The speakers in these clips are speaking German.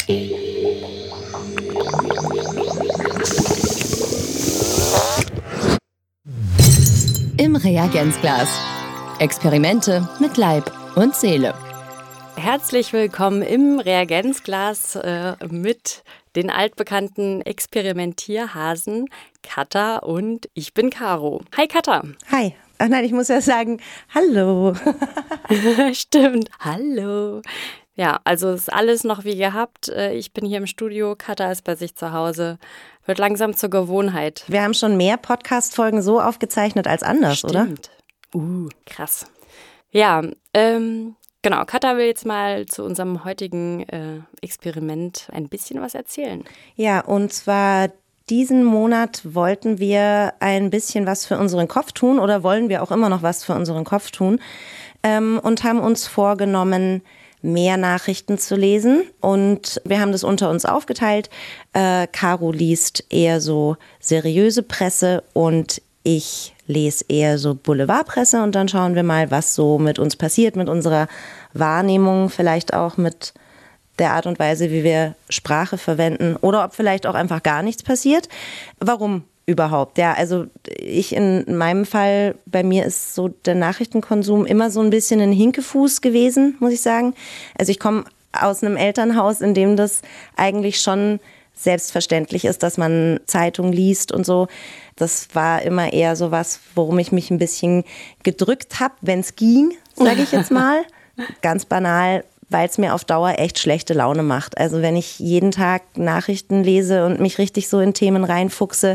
Im Reagenzglas. Experimente mit Leib und Seele. Herzlich willkommen im Reagenzglas mit den altbekannten Experimentierhasen Katha und ich bin Caro. Hi Katha. Hi. Ach nein, ich muss ja sagen, hallo. Stimmt, hallo. Ja, also ist alles noch wie gehabt. Ich bin hier im Studio, Katha ist bei sich zu Hause. Wird langsam zur Gewohnheit. Wir haben schon mehr Podcast-Folgen so aufgezeichnet als anders, Stimmt. Oder? Krass. Ja, genau. Katha will jetzt mal zu unserem heutigen Experiment ein bisschen was erzählen. Ja, und zwar diesen Monat wollten wir ein bisschen was für unseren Kopf tun oder wollen wir auch immer noch was für unseren Kopf tun und haben uns vorgenommen, mehr Nachrichten zu lesen, und wir haben das unter uns aufgeteilt. Caro liest eher so seriöse Presse und ich lese eher so Boulevardpresse, und dann schauen wir mal, was so mit uns passiert, mit unserer Wahrnehmung, vielleicht auch mit der Art und Weise, wie wir Sprache verwenden, oder ob vielleicht auch einfach gar nichts passiert. Warum überhaupt? Ja, also ich in meinem Fall, bei mir ist so der Nachrichtenkonsum immer so ein bisschen ein Hinkefuß gewesen, muss ich sagen. Also ich komme aus einem Elternhaus, in dem das eigentlich schon selbstverständlich ist, dass man Zeitung liest und so. Das war immer eher so was, worum ich mich ein bisschen gedrückt habe, wenn es ging, sage ich jetzt mal. Ganz banal, weil es mir auf Dauer echt schlechte Laune macht. Also wenn ich jeden Tag Nachrichten lese und mich richtig so in Themen reinfuchse,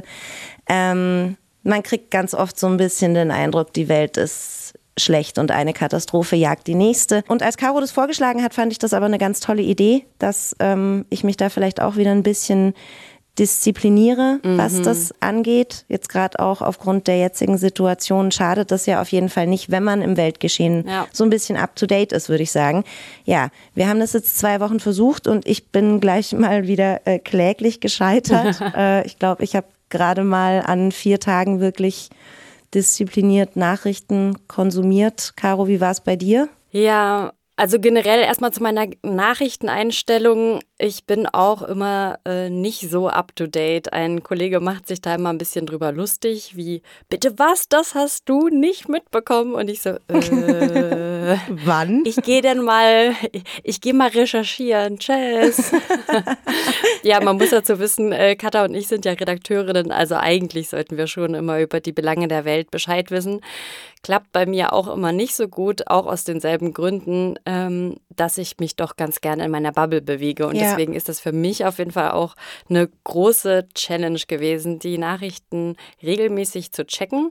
man kriegt ganz oft so ein bisschen den Eindruck, die Welt ist schlecht und eine Katastrophe jagt die nächste. Und als Caro das vorgeschlagen hat, fand ich das aber eine ganz tolle Idee, dass ich mich da vielleicht auch wieder ein bisschen diszipliniere, was das angeht. Jetzt gerade auch aufgrund der jetzigen Situation schadet das ja auf jeden Fall nicht, wenn man im Weltgeschehen so ein bisschen up-to-date ist, würde ich sagen. Ja, wir haben das jetzt 2 Wochen versucht und ich bin gleich mal wieder kläglich gescheitert. Ich glaube, ich habe gerade mal an 4 Tagen wirklich diszipliniert Nachrichten konsumiert. Caro, wie war es bei dir? Ja, also generell erstmal zu meiner Nachrichteneinstellung. Ich bin auch immer nicht so up-to-date. Ein Kollege macht sich da immer ein bisschen drüber lustig, wie, bitte was, das hast du nicht mitbekommen? Und ich so, wann? Ich gehe mal recherchieren, tschüss. Ja, man muss dazu wissen, Katha und ich sind ja Redakteurinnen, also eigentlich sollten wir schon immer über die Belange der Welt Bescheid wissen. Klappt bei mir auch immer nicht so gut, auch aus denselben Gründen, dass ich mich doch ganz gerne in meiner Bubble bewege. Und deswegen ist das für mich auf jeden Fall auch eine große Challenge gewesen, die Nachrichten regelmäßig zu checken.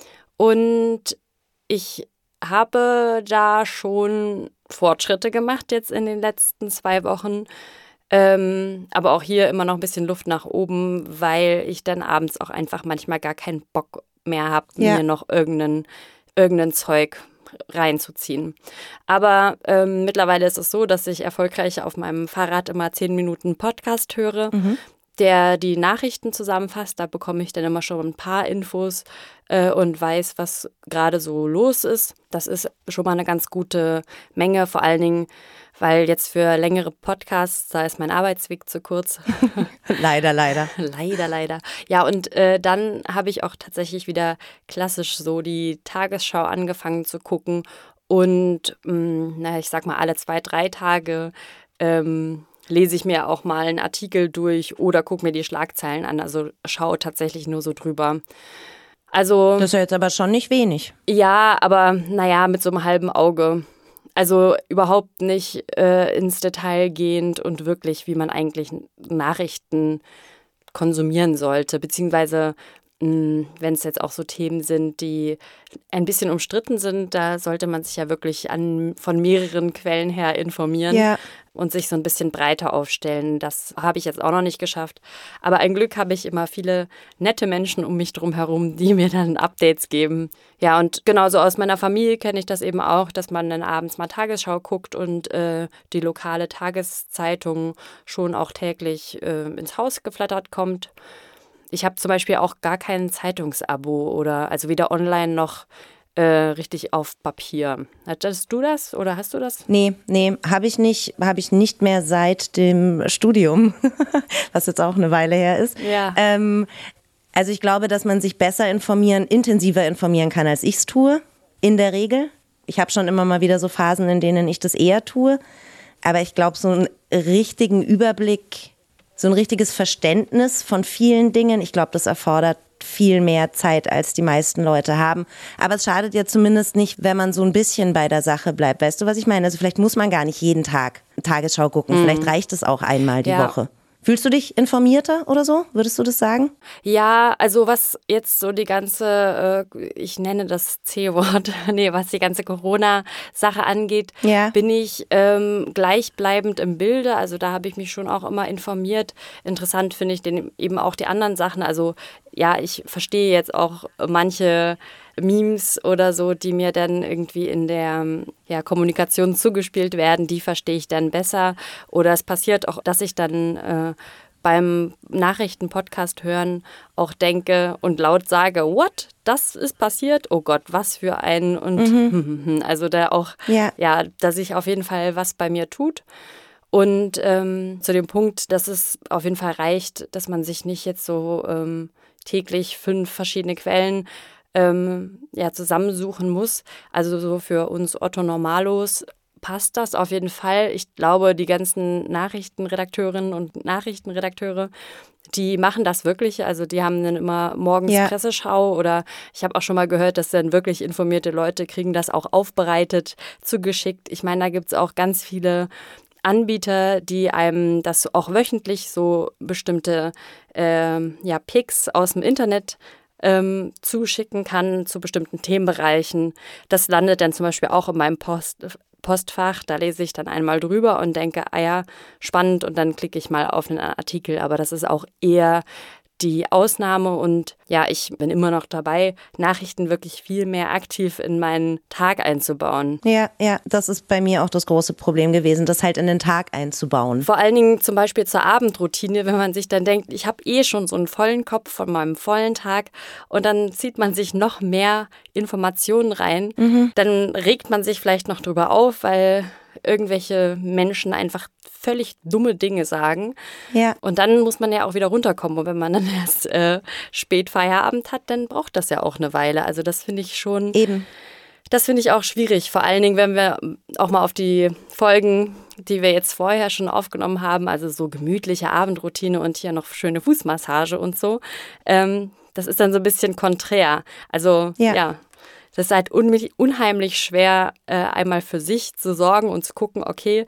Und ich habe da schon Fortschritte gemacht jetzt in den letzten 2 Wochen. Aber auch hier immer noch ein bisschen Luft nach oben, weil ich dann abends auch einfach manchmal gar keinen Bock mehr habe, mir noch irgendein Zeug reinzuziehen. Aber mittlerweile ist es so, dass ich erfolgreich auf meinem Fahrrad immer 10 Minuten Podcast höre, der die Nachrichten zusammenfasst. Da bekomme ich dann immer schon ein paar Infos und weiß, was gerade so los ist. Das ist schon mal eine ganz gute Menge, vor allen Dingen, weil jetzt für längere Podcasts, da ist mein Arbeitsweg zu kurz. Leider. Leider. Ja, und dann habe ich auch tatsächlich wieder klassisch so die Tagesschau angefangen zu gucken. Und ich sag mal, alle 2, 3 Tage lese ich mir auch mal einen Artikel durch oder gucke mir die Schlagzeilen an. Also schaue tatsächlich nur so drüber. Also, das ist ja jetzt aber schon nicht wenig. Ja, aber mit so einem halben Auge. Also überhaupt nicht ins Detail gehend und wirklich, wie man eigentlich Nachrichten konsumieren sollte. Beziehungsweise, wenn es jetzt auch so Themen sind, die ein bisschen umstritten sind, da sollte man sich ja wirklich von mehreren Quellen her informieren und sich so ein bisschen breiter aufstellen. Das habe ich jetzt auch noch nicht geschafft. Aber ein Glück habe ich immer viele nette Menschen um mich drum herum, die mir dann Updates geben. Ja, und genauso aus meiner Familie kenne ich das eben auch, dass man dann abends mal Tagesschau guckt und die lokale Tageszeitung schon auch täglich ins Haus geflattert kommt. Ich habe zum Beispiel auch gar kein Zeitungsabo oder also weder online noch richtig auf Papier. Hattest du das oder hast du das? Nee, habe ich nicht mehr seit dem Studium, was jetzt auch eine Weile her ist. Ja. Also ich glaube, dass man sich besser intensiver informieren kann, als ich es tue, in der Regel. Ich habe schon immer mal wieder so Phasen, in denen ich das eher tue. Aber ich glaube, so einen richtigen Überblick, so ein richtiges Verständnis von vielen Dingen, ich glaube, das erfordert viel mehr Zeit, als die meisten Leute haben. Aber es schadet ja zumindest nicht, wenn man so ein bisschen bei der Sache bleibt. Weißt du, was ich meine? Also vielleicht muss man gar nicht jeden Tag Tagesschau gucken. Vielleicht reicht es auch einmal die Woche. Fühlst du dich informierter oder so? Würdest du das sagen? Ja, also was jetzt so die ganze, ich nenne das C-Wort, was die ganze Corona-Sache angeht, bin ich gleichbleibend im Bilde. Also da habe ich mich schon auch immer informiert. Interessant finde ich eben auch die anderen Sachen. Also ja, ich verstehe jetzt auch manche Memes oder so, die mir dann irgendwie in der Kommunikation zugespielt werden, die verstehe ich dann besser. Oder es passiert auch, dass ich dann beim Nachrichten-Podcast hören auch denke und laut sage, what? Das ist passiert? Oh Gott, was für ein und also da auch, dass sich auf jeden Fall was bei mir tut. Und zu dem Punkt, dass es auf jeden Fall reicht, dass man sich nicht jetzt so täglich 5 verschiedene Quellen zusammensuchen muss. Also so für uns Otto-Normalos passt das auf jeden Fall. Ich glaube, die ganzen Nachrichtenredakteurinnen und Nachrichtenredakteure, die machen das wirklich. Also die haben dann immer morgens Presseschau oder ich habe auch schon mal gehört, dass dann wirklich informierte Leute kriegen das auch aufbereitet, zugeschickt. Ich meine, da gibt es auch ganz viele Anbieter, die einem das auch wöchentlich so bestimmte Picks aus dem Internet zuschicken kann zu bestimmten Themenbereichen. Das landet dann zum Beispiel auch in meinem Postfach. Da lese ich dann einmal drüber und denke, spannend, und dann klicke ich mal auf einen Artikel. Aber das ist auch eher die Ausnahme und ich bin immer noch dabei, Nachrichten wirklich viel mehr aktiv in meinen Tag einzubauen. Ja, das ist bei mir auch das große Problem gewesen, das halt in den Tag einzubauen. Vor allen Dingen zum Beispiel zur Abendroutine, wenn man sich dann denkt, ich habe schon so einen vollen Kopf von meinem vollen Tag und dann zieht man sich noch mehr Informationen rein. Dann regt man sich vielleicht noch drüber auf, weil irgendwelche Menschen einfach völlig dumme Dinge sagen. Ja. Und dann muss man ja auch wieder runterkommen. Und wenn man dann erst spät Feierabend hat, dann braucht das ja auch eine Weile. Also das finde ich schon... Eben. Das finde ich auch schwierig. Vor allen Dingen, wenn wir auch mal auf die Folgen, die wir jetzt vorher schon aufgenommen haben, also so gemütliche Abendroutine und hier noch schöne Fußmassage und so, das ist dann so ein bisschen konträr. Also das ist halt unheimlich schwer, einmal für sich zu sorgen und zu gucken, okay,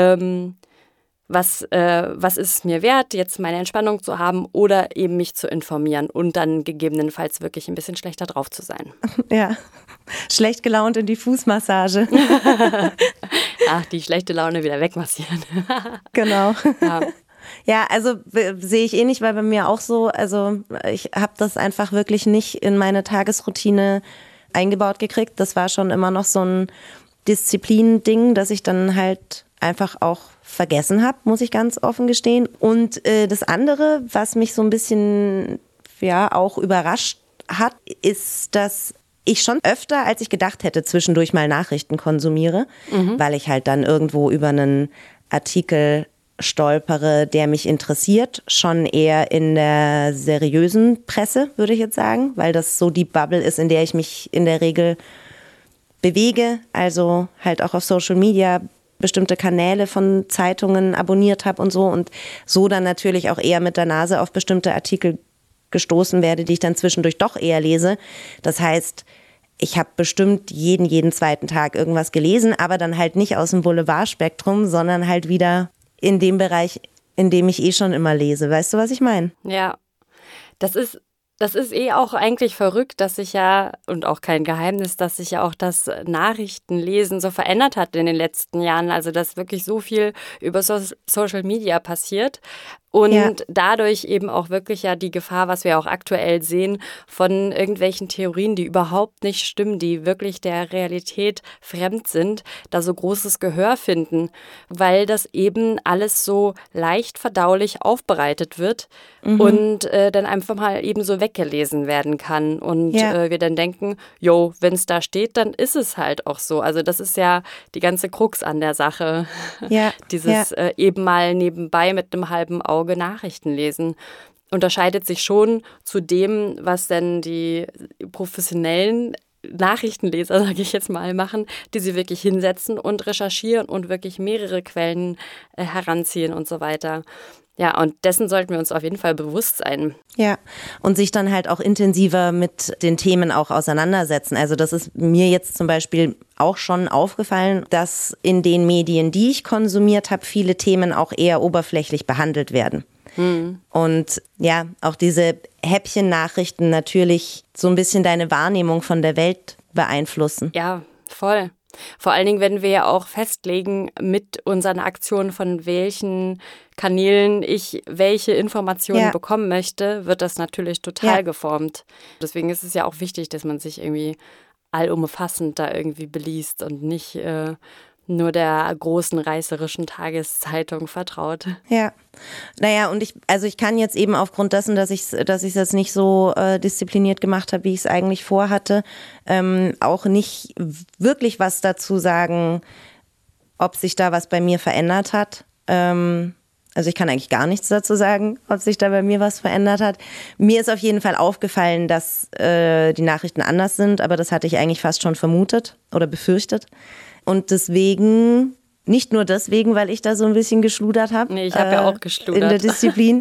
was ist es mir wert, jetzt meine Entspannung zu haben oder eben mich zu informieren und dann gegebenenfalls wirklich ein bisschen schlechter drauf zu sein. Ja, schlecht gelaunt in die Fußmassage. Ach, die schlechte Laune wieder wegmassieren. Genau. Ja, also sehe ich nicht, weil bei mir auch so, also ich habe das einfach wirklich nicht in meine Tagesroutine eingebaut gekriegt. Das war schon immer noch so ein Disziplin-Ding, das ich dann halt einfach auch vergessen habe, muss ich ganz offen gestehen. Und das andere, was mich so ein bisschen auch überrascht hat, ist, dass ich schon öfter, als ich gedacht hätte, zwischendurch mal Nachrichten konsumiere, weil ich halt dann irgendwo über einen Artikel stolpere, der mich interessiert, schon eher in der seriösen Presse, würde ich jetzt sagen, weil das so die Bubble ist, in der ich mich in der Regel bewege, also halt auch auf Social Media bestimmte Kanäle von Zeitungen abonniert habe und so dann natürlich auch eher mit der Nase auf bestimmte Artikel gestoßen werde, die ich dann zwischendurch doch eher lese. Das heißt, ich habe bestimmt jeden zweiten Tag irgendwas gelesen, aber dann halt nicht aus dem Boulevardspektrum, sondern halt wieder in dem Bereich, in dem ich schon immer lese. Weißt du, was ich meine? Ja, das ist auch eigentlich verrückt, dass sich und auch kein Geheimnis, dass sich ja auch das Nachrichtenlesen so verändert hat in den letzten Jahren. Also, dass wirklich so viel über Social Media passiert. Und dadurch eben auch wirklich ja die Gefahr, was wir auch aktuell sehen, von irgendwelchen Theorien, die überhaupt nicht stimmen, die wirklich der Realität fremd sind, da so großes Gehör finden, weil das eben alles so leicht verdaulich aufbereitet wird und dann einfach mal eben so weggelesen werden kann. Und wir dann denken, jo, wenn es da steht, dann ist es halt auch so. Also das ist ja die ganze Krux an der Sache. Ja. Dieses eben mal nebenbei mit einem halben Auge Nachrichten lesen. Unterscheidet sich schon zu dem, was denn die professionellen Nachrichtenleser, sage ich jetzt mal, machen, die sie wirklich hinsetzen und recherchieren und wirklich mehrere Quellen heranziehen und so weiter. Ja, und dessen sollten wir uns auf jeden Fall bewusst sein. Ja, und sich dann halt auch intensiver mit den Themen auch auseinandersetzen. Also das ist mir jetzt zum Beispiel auch schon aufgefallen, dass in den Medien, die ich konsumiert habe, viele Themen auch eher oberflächlich behandelt werden. Und ja, auch diese Häppchen-Nachrichten natürlich so ein bisschen deine Wahrnehmung von der Welt beeinflussen. Ja, voll. Vor allen Dingen, wenn wir ja auch festlegen mit unseren Aktionen, von welchen Kanälen ich welche Informationen bekommen möchte, wird das natürlich total geformt. Deswegen ist es ja auch wichtig, dass man sich irgendwie allumfassend da irgendwie beliest und nicht nur der großen reißerischen Tageszeitung vertraut. Ja, naja, und ich kann jetzt eben aufgrund dessen, dass ich es jetzt nicht so diszipliniert gemacht habe, wie ich es eigentlich vorhatte, auch nicht wirklich was dazu sagen, ob sich da was bei mir verändert hat. Also ich kann eigentlich gar nichts dazu sagen, ob sich da bei mir was verändert hat. Mir ist auf jeden Fall aufgefallen, dass die Nachrichten anders sind, aber das hatte ich eigentlich fast schon vermutet oder befürchtet. Und deswegen, nicht nur deswegen, weil ich da so ein bisschen geschludert habe. Nee, ich habe ja auch geschludert. In der Disziplin.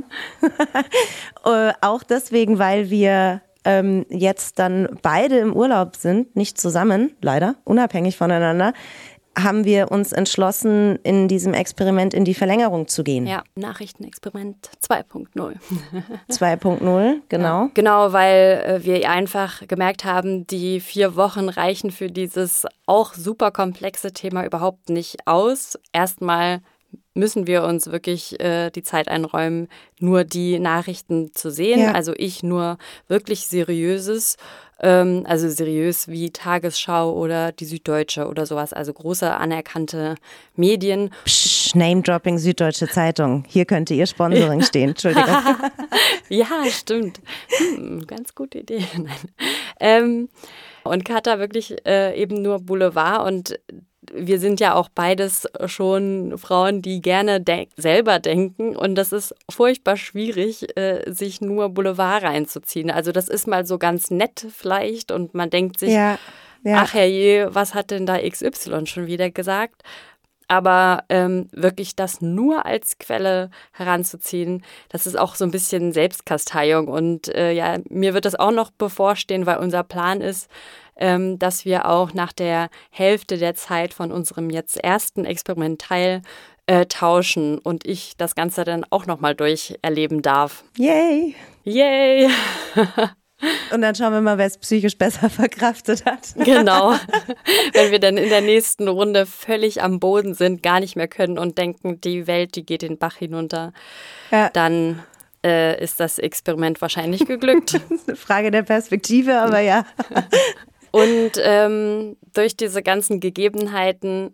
Auch deswegen, weil wir jetzt dann beide im Urlaub sind, nicht zusammen, leider, unabhängig voneinander, haben wir uns entschlossen, in diesem Experiment in die Verlängerung zu gehen. Ja, Nachrichtenexperiment 2.0. 2.0, genau. Ja, genau, weil wir einfach gemerkt haben, die 4 Wochen reichen für dieses auch super komplexe Thema überhaupt nicht aus. Erstmal müssen wir uns wirklich die Zeit einräumen, nur die Nachrichten zu sehen. Ja. Also ich nur wirklich Seriöses, also seriös wie Tagesschau oder die Süddeutsche oder sowas, also große anerkannte Medien. Psch, Name-Dropping Süddeutsche Zeitung. Hier könnte Ihr Sponsoring stehen, Entschuldigung. Ja, stimmt. Ganz gute Idee. Nein. Und Katha wirklich eben nur Boulevard und wir sind ja auch beides schon Frauen, die gerne selber denken und das ist furchtbar schwierig, sich nur Boulevard reinzuziehen. Also das ist mal so ganz nett vielleicht und man denkt sich, ach herrje, was hat denn da XY schon wieder gesagt? Aber wirklich das nur als Quelle heranzuziehen, das ist auch so ein bisschen Selbstkasteiung. Und mir wird das auch noch bevorstehen, weil unser Plan ist, dass wir auch nach der Hälfte der Zeit von unserem jetzt ersten Experiment tauschen und ich das Ganze dann auch nochmal durcherleben darf. Yay! Yay! Und dann schauen wir mal, wer es psychisch besser verkraftet hat. Genau. Wenn wir dann in der nächsten Runde völlig am Boden sind, gar nicht mehr können und denken, die Welt, die geht den Bach hinunter, dann ist das Experiment wahrscheinlich geglückt. Das ist eine Frage der Perspektive, aber ja. Und durch diese ganzen Gegebenheiten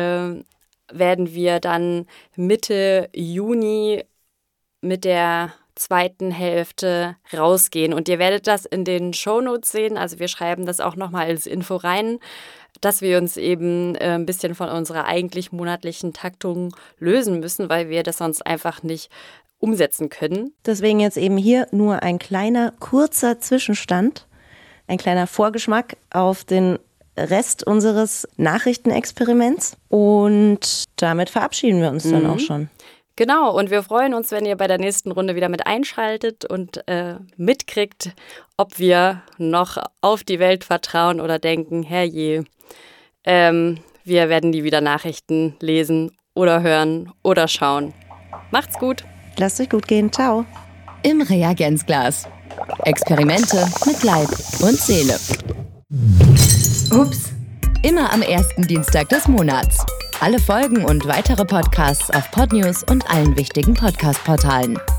werden wir dann Mitte Juni mit der zweiten Hälfte rausgehen. Und ihr werdet das in den Shownotes sehen. Also wir schreiben das auch nochmal als Info rein, dass wir uns eben ein bisschen von unserer eigentlich monatlichen Taktung lösen müssen, weil wir das sonst einfach nicht umsetzen können. Deswegen jetzt eben hier nur ein kleiner, kurzer Zwischenstand, ein kleiner Vorgeschmack auf den Rest unseres Nachrichtenexperiments. Und damit verabschieden wir uns dann auch schon. Genau, und wir freuen uns, wenn ihr bei der nächsten Runde wieder mit einschaltet und mitkriegt, ob wir noch auf die Welt vertrauen oder denken, herrje, wir werden nie wieder Nachrichten lesen oder hören oder schauen. Macht's gut. Lasst euch gut gehen. Ciao. Im Reagenzglas. Experimente mit Leib und Seele. Ups. Immer am ersten Dienstag des Monats. Alle Folgen und weitere Podcasts auf Podnews und allen wichtigen Podcast-Portalen.